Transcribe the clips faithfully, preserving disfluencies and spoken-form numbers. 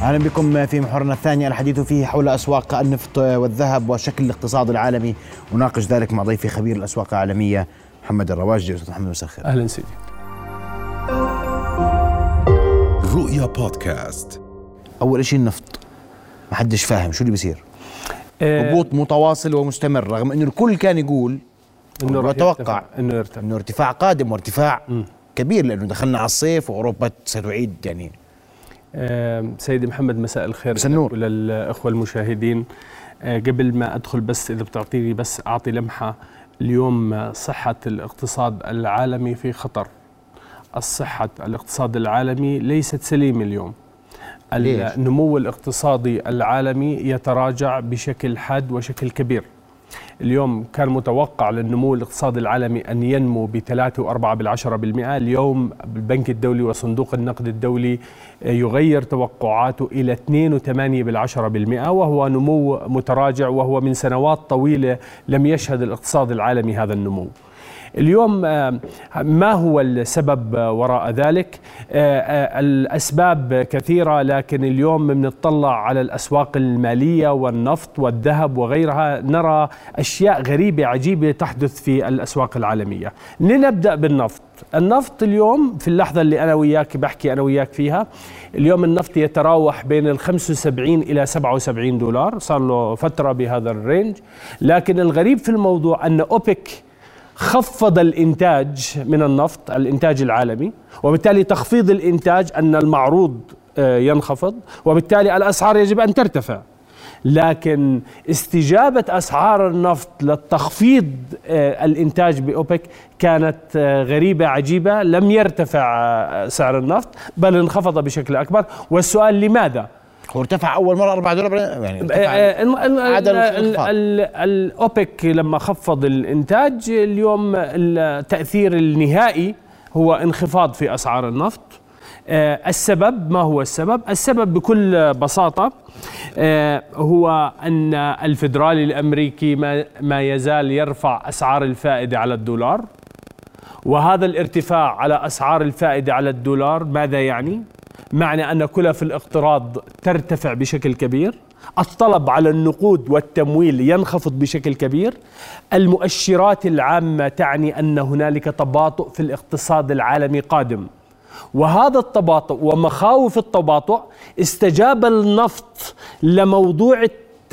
أهلا بكم في محورنا الثاني الحديث فيه حول أسواق النفط والذهب وشكل الاقتصاد العالمي، وناقش ذلك مع ضيفي خبير الأسواق العالمية محمد الرواجي. أستاذ محمد مساء الخير. أهلا سيدي. رؤيا بودكاست. أول شيء النفط ما حدش فاهم شو اللي بيصير، هبوط متواصل ومستمر رغم أنه الكل كان يقول إنه وتوقع إنه يرتفع إنه ارتفاع قادم وارتفاع م. كبير، لأنه دخلنا على الصيف وأوروبا ستعيد يعني. سيدي محمد مساء الخير وللأخوة المشاهدين. قبل ما أدخل بس إذا بتعطيني بس أعطي لمحة. اليوم صحة الاقتصاد العالمي في خطر. الصحة الاقتصاد العالمي ليست سليمة اليوم. النمو الاقتصادي العالمي يتراجع بشكل حاد وشكل كبير. اليوم كان متوقع للنمو الاقتصادي العالمي أن ينمو بثلاثة وأربعة بالعشرة بالمئة. اليوم البنك الدولي وصندوق النقد الدولي يغير توقعاته إلى اثنين وثمانية بالعشرة بالمئة، وهو نمو متراجع، وهو من سنوات طويلة لم يشهد الاقتصاد العالمي هذا النمو. اليوم ما هو السبب وراء ذلك؟ الأسباب كثيرة، لكن اليوم بنطلع على الأسواق المالية والنفط والذهب وغيرها نرى أشياء غريبة عجيبة تحدث في الأسواق العالمية. لنبدأ بالنفط. النفط اليوم في اللحظة اللي أنا وياك بحكي أنا وياك فيها، اليوم النفط يتراوح بين ال خمسة وسبعين إلى سبعة وسبعين دولار، صار له فترة بهذا الرينج. لكن الغريب في الموضوع أن أوبك خفض الإنتاج من النفط، الإنتاج العالمي، وبالتالي تخفيض الإنتاج أن المعروض ينخفض، وبالتالي الأسعار يجب أن ترتفع. لكن استجابة أسعار النفط للتخفيض الإنتاج بأوبك كانت غريبة عجيبة. لم يرتفع سعر النفط بل انخفض بشكل أكبر. والسؤال لماذا؟ هو ارتفع أول مرة أربعة دولار يعني. الأوبك لما خفض الإنتاج اليوم التأثير النهائي هو انخفاض في أسعار النفط. السبب ما هو السبب؟ السبب بكل بساطة هو أن الفيدرالي الأمريكي ما يزال يرفع أسعار الفائدة على الدولار، وهذا الارتفاع على أسعار الفائدة على الدولار ماذا يعني؟ معنى أن كلف الاقتراض ترتفع بشكل كبير، الطلب على النقود والتمويل ينخفض بشكل كبير. المؤشرات العامة تعني أن هنالك تباطؤ في الاقتصاد العالمي قادم، وهذا التباطؤ ومخاوف التباطؤ استجاب النفط لموضوع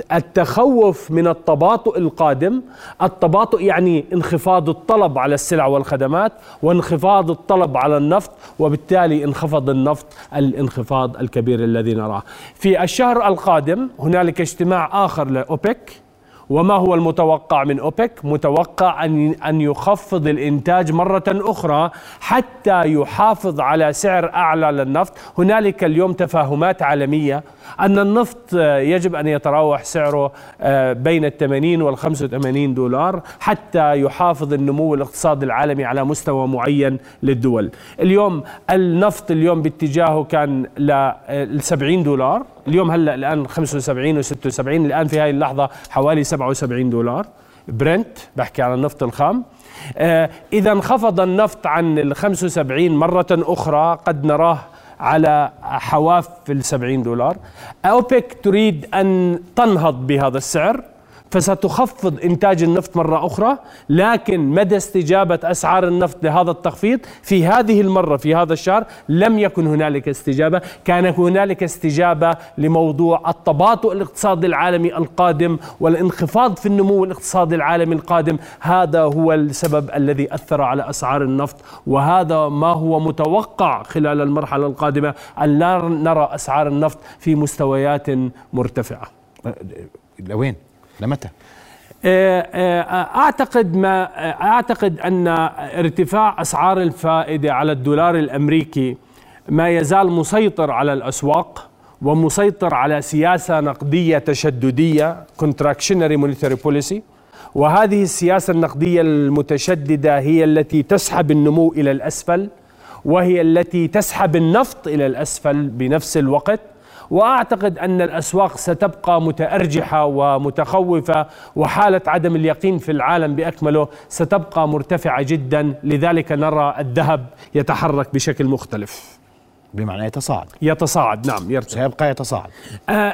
التخوف من التباطؤ القادم. التباطؤ يعني انخفاض الطلب على السلع والخدمات وانخفاض الطلب على النفط، وبالتالي انخفض النفط الانخفاض الكبير الذي نراه. في الشهر القادم هنالك اجتماع آخر لأوبك، وما هو المتوقع من أوبك؟ متوقع أن أن يخفض الإنتاج مرة أخرى حتى يحافظ على سعر أعلى للنفط. هنالك اليوم تفاهمات عالمية أن النفط يجب أن يتراوح سعره بين الثمانين والخمسة وثمانين دولار حتى يحافظ النمو الاقتصادي العالمي على مستوى معين للدول. اليوم النفط اليوم باتجاهه كان للسبعين دولار، اليوم هلأ الآن خمسة وسبعين وستة وسبعين، الآن في هذه اللحظة حوالي سبعة وسبعين دولار برنت، بحكي عن النفط الخام. آه إذا انخفض النفط عن ال خمسة وسبعين مرة أخرى قد نراه على حواف السبعين دولار. أوبك تريد أن تنهض بهذا السعر فستخفض إنتاج النفط مرة أخرى، لكن مدى استجابة أسعار النفط لهذا التخفيض في هذه المرة في هذا الشهر لم يكن هنالك استجابة. كان هنالك استجابة لموضوع التباطؤ الاقتصادي العالمي القادم والانخفاض في النمو الاقتصادي العالمي القادم. هذا هو السبب الذي أثر على أسعار النفط، وهذا ما هو متوقع خلال المرحلة القادمة أن لا نرى أسعار النفط في مستويات مرتفعة. لوين؟ لمتى؟ أعتقد ما أعتقد أن ارتفاع أسعار الفائدة على الدولار الأمريكي ما يزال مسيطر على الأسواق ومسيطر على سياسة نقدية تشددية contractionary monetary policy، وهذه السياسة النقدية المتشددة هي التي تسحب النمو إلى الأسفل، وهي التي تسحب النفط إلى الأسفل بنفس الوقت. وأعتقد أن الأسواق ستبقى متأرجحة ومتخوفة، وحالة عدم اليقين في العالم بأكمله ستبقى مرتفعة جدا. لذلك نرى الذهب يتحرك بشكل مختلف. بمعنى يتصاعد يتصاعد، نعم يرتفع، سيبقى يتصاعد. آه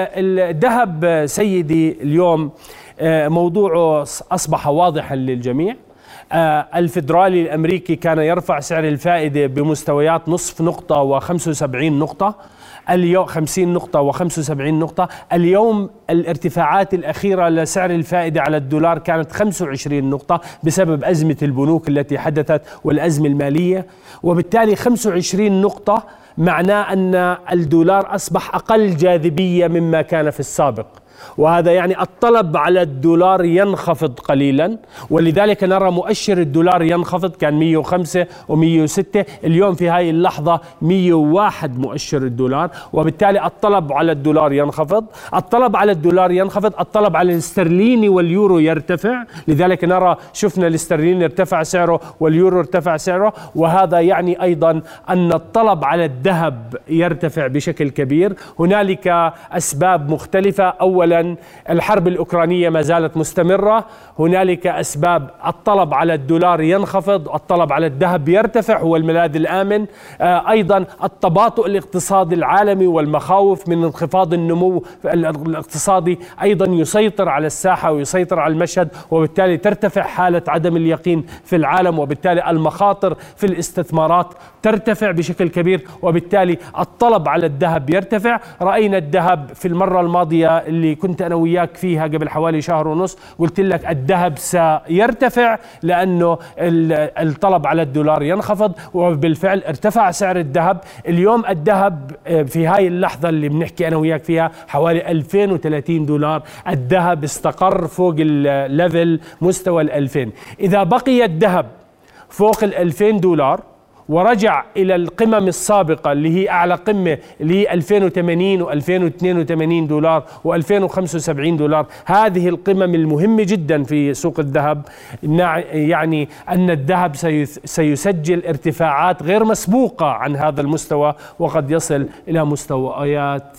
الذهب سيدي اليوم آه موضوعه أصبح واضحا للجميع. آه الفيدرالي الأمريكي كان يرفع سعر الفائدة بمستويات نصف نقطة وخمسة وسبعين نقطة، اليوم خمسين نقطة وخمسة وسبعين نقطة. اليوم الارتفاعات الأخيرة لسعر الفائدة على الدولار كانت خمسة وعشرين نقطة بسبب أزمة البنوك التي حدثت والأزمة المالية، وبالتالي خمسة وعشرين نقطة معناه أن الدولار أصبح أقل جاذبية مما كان في السابق، وهذا يعني الطلب على الدولار ينخفض قليلا، ولذلك نرى مؤشر الدولار ينخفض. كان مئة وخمسة ومئة وستة، اليوم في هذه اللحظة مئة وواحد مؤشر الدولار، وبالتالي الطلب على الدولار ينخفض. الطلب على الدولار ينخفض، الطلب على الاسترليني واليورو يرتفع، لذلك نرى شفنا الاسترليني ارتفع سعره واليورو ارتفع سعره، وهذا يعني أيضا أن الطلب على الذهب يرتفع بشكل كبير. هنالك أسباب مختلفة. أولا الحرب الأوكرانية ما زالت مستمرة، هنالك أسباب. الطلب على الدولار ينخفض، الطلب على الذهب يرتفع، هو الملاذ الآمن. آه أيضا التباطؤ الاقتصادي العالمي والمخاوف من انخفاض النمو الاقتصادي أيضا يسيطر على الساحة ويسيطر على المشهد، وبالتالي ترتفع حالة عدم اليقين في العالم، وبالتالي المخاطر في الاستثمارات ترتفع بشكل كبير، وبالتالي الطلب على الذهب يرتفع. رأينا الذهب في المرة الماضية اللي كنت أنا وياك فيها قبل حوالي شهر ونص، قلت لك الذهب سيرتفع لأنه الطلب على الدولار ينخفض، وبالفعل ارتفع سعر الذهب. اليوم الذهب في هاي اللحظة اللي بنحكي أنا وياك فيها حوالي ألفين وثلاثين دولار، الذهب استقر فوق الليفل مستوى الألفين. إذا بقي الذهب فوق الألفين دولار ورجع إلى القمم السابقة اللي هي أعلى قمة اللي هي ألفين وثمانين وألفين واثنين وثمانين دولار وألفين وخمسة وسبعين دولار، هذه القمم المهمة جدا في سوق الذهب، يعني أن الذهب سيسجل ارتفاعات غير مسبوقة عن هذا المستوى، وقد يصل إلى مستويات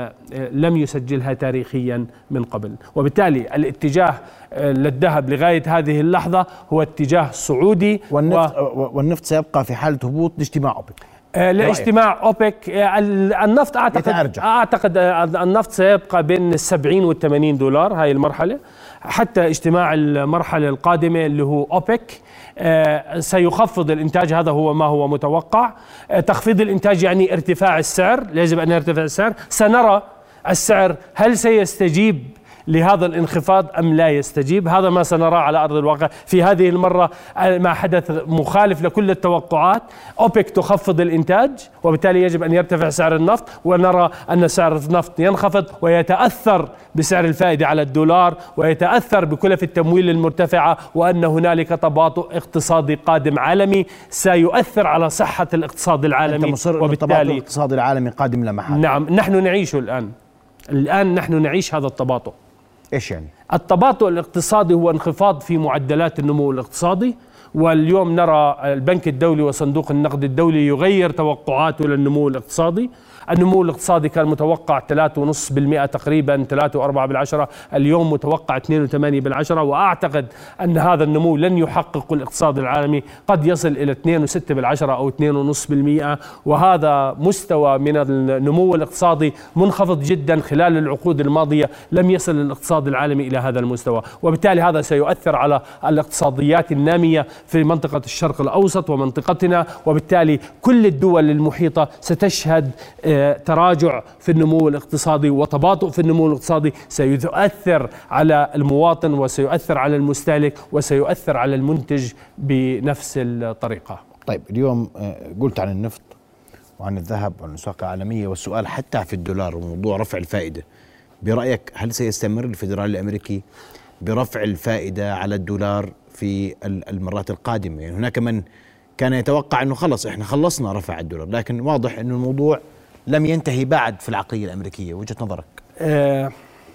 لم يسجلها تاريخيا من قبل. وبالتالي الاتجاه للذهب لغاية هذه اللحظة هو اتجاه صعودي، والنفط, و... والنفط سيبقى في حالة هبوط لاجتماع أوبك. آه لاجتماع أوبك. آه النفط أعتقد يتأرجح. أعتقد النفط سيبقى بين السبعين والثمانين دولار هاي المرحلة حتى اجتماع المرحلة القادمة اللي هو أوبك. آه سيخفض الإنتاج، هذا هو ما هو متوقع. آه تخفيض الإنتاج يعني ارتفاع السعر، يجب أن يرتفع السعر. سنرى السعر هل سيستجيب لهذا الانخفاض أم لا يستجيب، هذا ما سنراه على أرض الواقع. في هذه المرة ما حدث مخالف لكل التوقعات، أوبك تخفض الإنتاج وبالتالي يجب أن يرتفع سعر النفط، ونرى أن سعر النفط ينخفض ويتأثر بسعر الفائدة على الدولار ويتأثر بكلف التمويل المرتفعة، وأن هنالك تباطؤ اقتصادي قادم عالمي سيؤثر على صحة الاقتصاد العالمي. أنت مصر وبالتالي التباطؤ الاقتصادي العالمي قادم لا محالة. نعم، نحن نعيشه الآن الآن نحن نعيش هذا التباطؤ. إيش يعني؟ التباطؤ الاقتصادي هو انخفاض في معدلات النمو الاقتصادي، واليوم نرى البنك الدولي وصندوق النقد الدولي يغير توقعاته للنمو الاقتصادي. النمو الاقتصادي كان متوقع ثلاثة فاصلة خمسة بالمئة تقريبا، ثلاثة فاصلة أربعة بالعشرة، اليوم متوقع اثنين فاصلة ثمانية بالعشرة، وأعتقد أن هذا النمو لن يحقق الاقتصاد العالمي، قد يصل إلى اثنين فاصلة ستة بالعشرة أو اثنين فاصلة خمسة بالمئة، وهذا مستوى من النمو الاقتصادي منخفض جدا. خلال العقود الماضية لم يصل الاقتصاد العالمي إلى هذا المستوى، وبالتالي هذا سيؤثر على الاقتصاديات النامية في منطقة الشرق الأوسط ومنطقتنا، وبالتالي كل الدول المحيطة ستشهد تراجع في النمو الاقتصادي وتباطؤ في النمو الاقتصادي، سيؤثر على المواطن وسيؤثر على المستهلك وسيؤثر على المنتج بنفس الطريقة. طيب اليوم قلت عن النفط وعن الذهب وعن الأسواق العالمية، والسؤال حتى في الدولار وموضوع رفع الفائدة، برأيك هل سيستمر الفيدرالي الأمريكي برفع الفائدة على الدولار في المرات القادمة؟ يعني هناك من كان يتوقع أنه خلص إحنا خلصنا رفع الدولار، لكن واضح أنه الموضوع لم ينتهي بعد في العقلية الأمريكية. وجهة نظرك؟ آه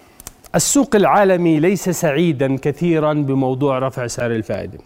السوق العالمي ليس سعيدا كثيرا بموضوع رفع سعر الفائدة.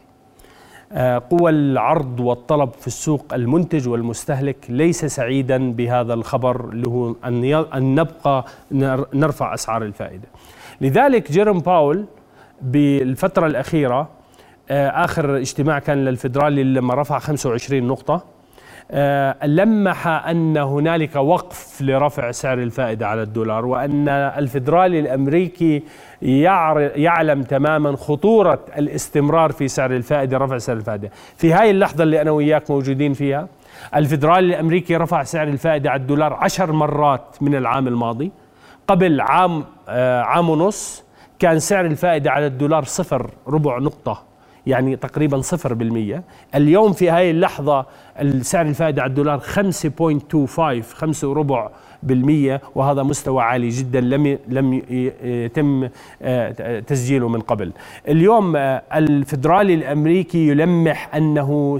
آه قوى العرض والطلب في السوق المنتج والمستهلك ليس سعيدا بهذا الخبر اللي هو أن, أن نبقى نرفع أسعار الفائدة. لذلك جيروم باول بالفترة الأخيرة، آه آخر اجتماع كان للفيدرالي لما رفع خمسة وعشرين نقطة، لمح أن هنالك وقف لرفع سعر الفائدة على الدولار، وأن الفيدرالي الأمريكي يعلم تماما خطورة الاستمرار في سعر الفائدة، رفع سعر الفائدة. في هاي اللحظة اللي أنا وياك موجودين فيها، الفيدرالي الأمريكي رفع سعر الفائدة على الدولار عشر مرات من العام الماضي. قبل عام عام ونص كان سعر الفائدة على الدولار صفر ربع نقطة، يعني تقريبا صفر بالمية. اليوم في هاي اللحظة السعر الفائدة على الدولار خمسة فاصلة اثنين وخمسين، خمسة وربع بالمية، وهذا مستوى عالي جدا لم لم يتم تسجيله من قبل. اليوم الفيدرالي الأمريكي يلمح أنه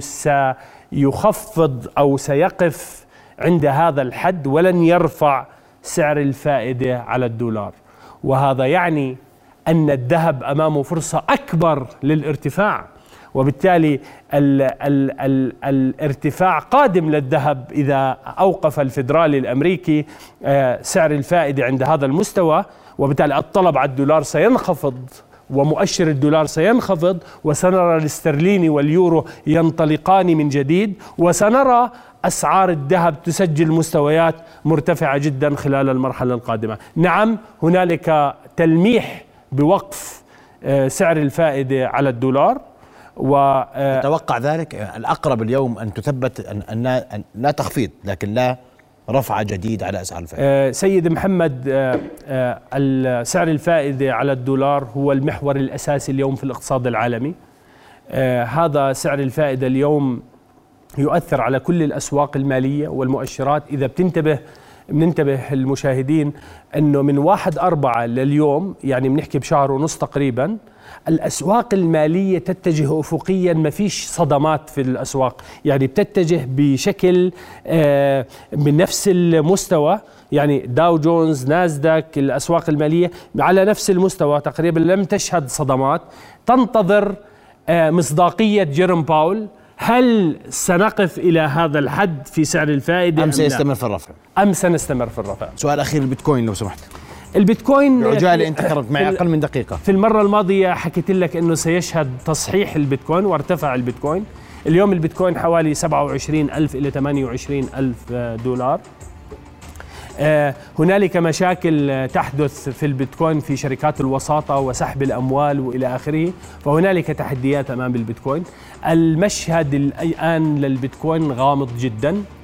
سيخفض أو سيقف عند هذا الحد ولن يرفع سعر الفائدة على الدولار، وهذا يعني أن الذهب أمامه فرصة أكبر للارتفاع، وبالتالي ال ال ال الارتفاع قادم للذهب إذا أوقف الفيدرالي الأمريكي سعر الفائدة عند هذا المستوى، وبالتالي الطلب على الدولار سينخفض ومؤشر الدولار سينخفض، وسنرى الاسترليني واليورو ينطلقان من جديد، وسنرى أسعار الذهب تسجل مستويات مرتفعة جدا خلال المرحلة القادمة. نعم، هنالك تلميح بوقف سعر الفائدة على الدولار، و أتوقع ذلك الأقرب اليوم أن تثبت أن, أن لا تخفيض لكن لا رفع جديد على أسعار الفائدة. سيد محمد، سعر الفائدة على الدولار هو المحور الأساسي اليوم في الاقتصاد العالمي. هذا سعر الفائدة اليوم يؤثر على كل الأسواق المالية والمؤشرات. إذا بتنتبه بننتبه المشاهدين أنه من واحد أربعة لليوم، يعني بنحكي بشهر ونص تقريبا، الأسواق المالية تتجه أفقيا، ما فيش صدمات في الأسواق، يعني بتتجه بشكل آه من نفس المستوى، يعني داو جونز، ناسداك، الأسواق المالية على نفس المستوى تقريبا، لم تشهد صدمات. تنتظر آه مصداقية جيروم باول، هل سنقف إلى هذا الحد في سعر الفائدة أم سيستمر في الرفع؟ أم سنستمر في الرفع؟ سؤال أخير، البيتكوين لو سمحت. البيتكوين عجالة، أنت كررت معي أقل من دقيقة. في المرة الماضية حكيت لك أنه سيشهد تصحيح البيتكوين وارتفع البيتكوين. اليوم البيتكوين حوالي سبعة وعشرين ألف إلى ثمانية وعشرين ألف دولار. آه هنالك مشاكل تحدث في البيتكوين في شركات الوساطة وسحب الأموال وإلى آخره، فهنالك تحديات أمام البيتكوين. المشهد الآن للبيتكوين غامض جدا.